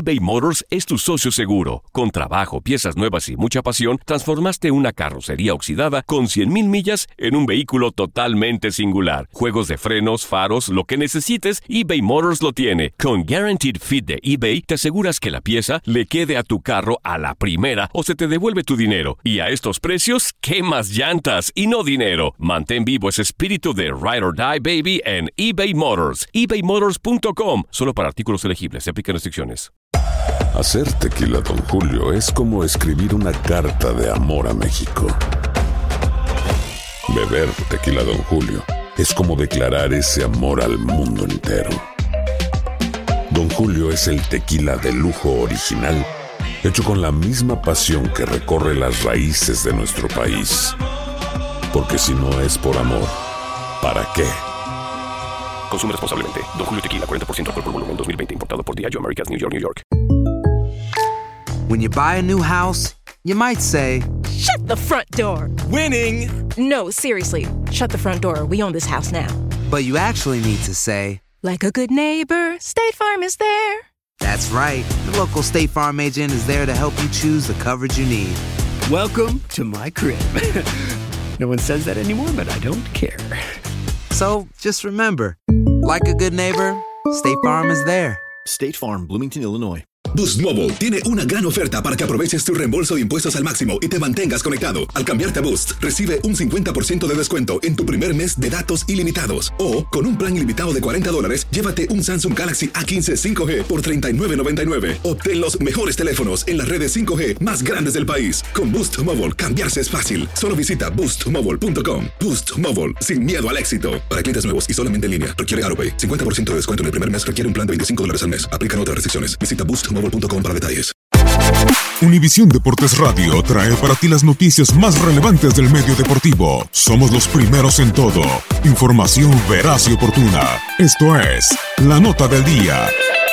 eBay Motors es tu socio seguro. Con trabajo, piezas nuevas y mucha pasión, transformaste una carrocería oxidada con 100,000 millas en un vehículo totalmente singular. Juegos de frenos, faros, lo que necesites, eBay Motors lo tiene. Con Guaranteed Fit de eBay, te aseguras que la pieza le quede a tu carro a la primera o se te devuelve tu dinero. Y a estos precios, ¿qué más llantas y no dinero? Mantén vivo ese espíritu de Ride or Die, baby, en eBay Motors. ebaymotors.com. Solo para artículos elegibles. Se aplican restricciones. Hacer tequila Don Julio es como escribir una carta de amor a México. Beber tequila Don Julio es como declarar ese amor al mundo entero. Don Julio es el tequila de lujo original, hecho con la misma pasión que recorre las raíces de nuestro país. Porque si no es por amor, ¿para qué? Consume responsablemente. Don Julio Tequila, 40% alcohol por volumen, 2020. Importado por Diageo Americas, New York, New York. When you buy a new house, you might say, "Shut the front door." Winning! No, seriously. Shut the front door. We own this house now. but you actually need to say, like a good neighbor, State Farm is there. That's right. The local State Farm agent is there to help you choose the coverage you need. Welcome to my crib. No one says that anymore, but I don't care. So just remember, like a good neighbor, State Farm is there. State Farm, Bloomington, Illinois. Boost Mobile tiene una gran oferta para que aproveches tu reembolso de impuestos al máximo y te mantengas conectado. Al cambiarte a Boost, recibe un 50% de descuento en tu primer mes de datos ilimitados. O, con un plan ilimitado de $40, llévate un Samsung Galaxy A15 5G por $39.99. Obtén los mejores teléfonos en las redes 5G más grandes del país. Con Boost Mobile, cambiarse es fácil. Solo visita boostmobile.com. Boost Mobile, sin miedo al éxito. Para clientes nuevos y solamente en línea, requiere AutoPay. 50% de descuento en el primer mes requiere un plan de $25 al mes. Aplican otras restricciones. Visita boostmobile.com para detalles. Univisión Deportes Radio trae para ti las noticias más relevantes del medio deportivo. Somos los primeros en todo. Información veraz y oportuna. Esto es La Nota del Día.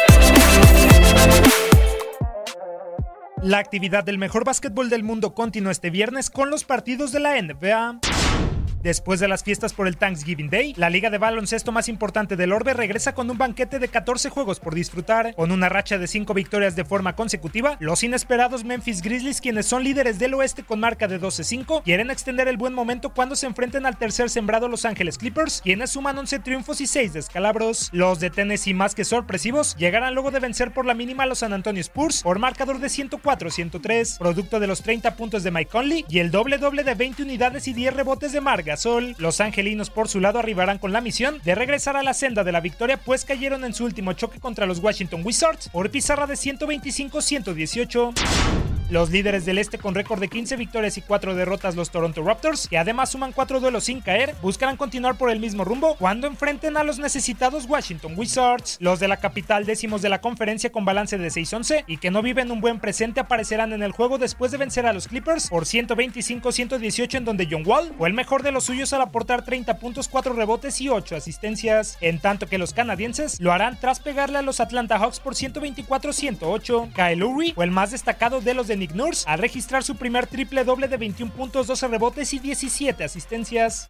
La actividad del mejor básquetbol del mundo continúa este viernes con los partidos de la NBA. Después de las fiestas por el Thanksgiving Day, la liga de baloncesto más importante del orbe regresa con un banquete de 14 juegos por disfrutar. Con una racha de 5 victorias de forma consecutiva, los inesperados Memphis Grizzlies, quienes son líderes del oeste con marca de 12-5, quieren extender el buen momento cuando se enfrenten al tercer sembrado Los Ángeles Clippers, quienes suman 11 triunfos y 6 descalabros. Los de Tennessee, más que sorpresivos, llegarán luego de vencer por la mínima a los San Antonio Spurs por marcador de 104-103, producto de los 30 puntos de Mike Conley y el doble-doble de 20 unidades y 10 rebotes de Marc Gasol. Los angelinos por su lado arribarán con la misión de regresar a la senda de la victoria, pues cayeron en su último choque contra los Washington Wizards por pizarra de 125-118. Los líderes del este con récord de 15 victorias y 4 derrotas, los Toronto Raptors, que además suman 4 duelos sin caer, buscarán continuar por el mismo rumbo cuando enfrenten a los necesitados Washington Wizards. Los de la capital, décimos de la conferencia con balance de 6-11 y que no viven un buen presente, aparecerán en el juego después de vencer a los Clippers por 125-118, en donde John Wall fue el mejor de los suyos al aportar 30 puntos, 4 rebotes y 8 asistencias, en tanto que los canadienses lo harán tras pegarle a los Atlanta Hawks por 124-108. Kyle Lowry fue el más destacado de los de Nick Nurse al registrar su primer triple doble de 21 puntos, 12 rebotes y 17 asistencias.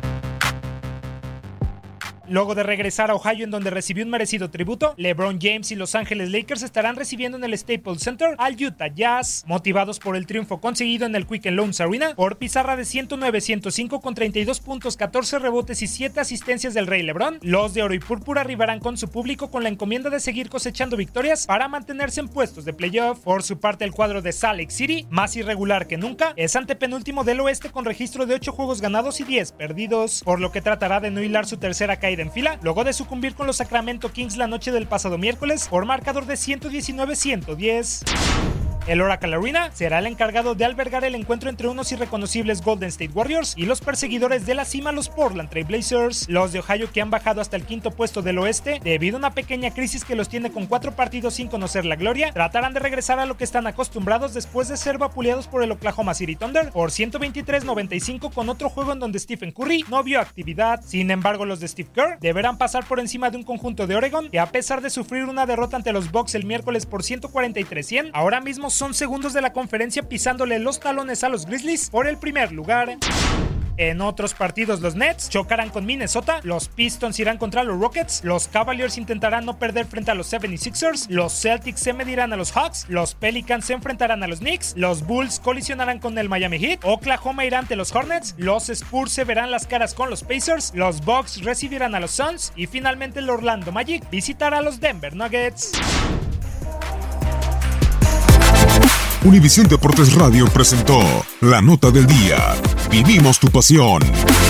Luego de regresar a Ohio, en donde recibió un merecido tributo, LeBron James y Los Ángeles Lakers estarán recibiendo en el Staples Center al Utah Jazz, motivados por el triunfo conseguido en el Quicken Loans Arena por pizarra de 109-105 con 32 puntos, 14 rebotes y 7 asistencias del Rey LeBron. Los de oro y púrpura arribarán con su público con la encomienda de seguir cosechando victorias para mantenerse en puestos de playoff. Por su parte, el cuadro de Salt Lake City, más irregular que nunca, es antepenúltimo del oeste con registro de 8 juegos ganados y 10 perdidos, por lo que tratará de no hilar su tercera caída en fila, luego de sucumbir con los Sacramento Kings la noche del pasado miércoles por marcador de 119-110. El Oracle Arena será el encargado de albergar el encuentro entre unos irreconocibles Golden State Warriors y los perseguidores de la cima, los Portland Trail Blazers. Los de Ohio, que han bajado hasta el quinto puesto del oeste debido a una pequeña crisis que los tiene con 4 partidos sin conocer la gloria, tratarán de regresar a lo que están acostumbrados después de ser vapuleados por el Oklahoma City Thunder por 123-95, con otro juego en donde Stephen Curry no vio actividad. Sin embargo, los de Steve Kerr deberán pasar por encima de un conjunto de Oregon que, a pesar de sufrir una derrota ante los Bucks el miércoles por 143-100, ahora mismo son segundos de la conferencia, pisándole los talones a los Grizzlies por el primer lugar. En otros partidos, los Nets chocarán con Minnesota, los Pistons irán contra los Rockets, los Cavaliers intentarán no perder frente a los 76ers, los Celtics se medirán a los Hawks, los Pelicans se enfrentarán a los Knicks, los Bulls colisionarán con el Miami Heat, Oklahoma irá ante los Hornets, los Spurs se verán las caras con los Pacers, los Bucks recibirán a los Suns y finalmente el Orlando Magic visitará a los Denver Nuggets. Univisión Deportes Radio presentó la nota del día. Vivimos tu pasión.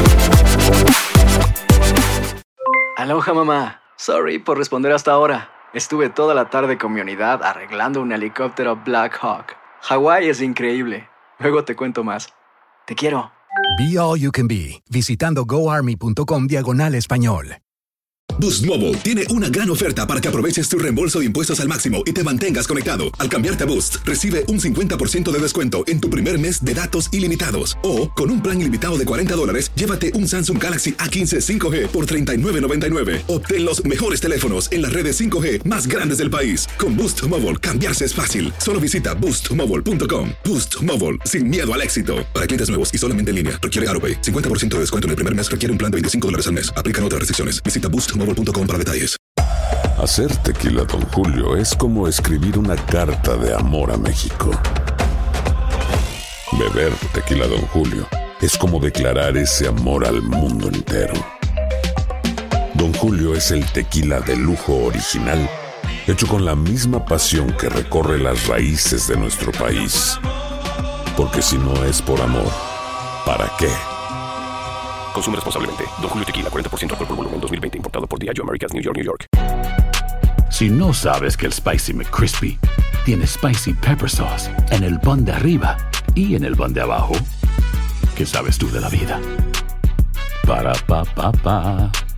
Aloha, mamá. Sorry por responder hasta ahora. Estuve toda la tarde con mi unidad arreglando un helicóptero Black Hawk. Hawái es increíble. Luego te cuento más. Te quiero. Be All You Can Be, visitando goarmy.com/español. Boost Mobile tiene una gran oferta para que aproveches tu reembolso de impuestos al máximo y te mantengas conectado. Al cambiarte a Boost, recibe un 50% de descuento en tu primer mes de datos ilimitados. O, con un plan ilimitado de $40, llévate un Samsung Galaxy A15 5G por $39.99. Obtén los mejores teléfonos en las redes 5G más grandes del país. Con Boost Mobile, cambiarse es fácil. Solo visita boostmobile.com. Boost Mobile, sin miedo al éxito. Para clientes nuevos y solamente en línea, requiere AutoPay. 50% de descuento en el primer mes requiere un plan de $25 al mes. Aplican otras restricciones. Visita boostmobile.com para detalles. Hacer tequila Don Julio es como escribir una carta de amor a México. Beber tequila Don Julio es como declarar ese amor al mundo entero. Don Julio es el tequila de lujo original, hecho con la misma pasión que recorre las raíces de nuestro país. Porque si no es por amor, ¿para qué? Consume responsablemente. Don Julio Tequila, 40% alcohol por volumen, 2020. Importado por Diageo Americas, New York, New York. Si no sabes que el Spicy McCrispy tiene Spicy Pepper Sauce en el pan de arriba y en el pan de abajo, ¿qué sabes tú de la vida? Para, pa, pa, pa.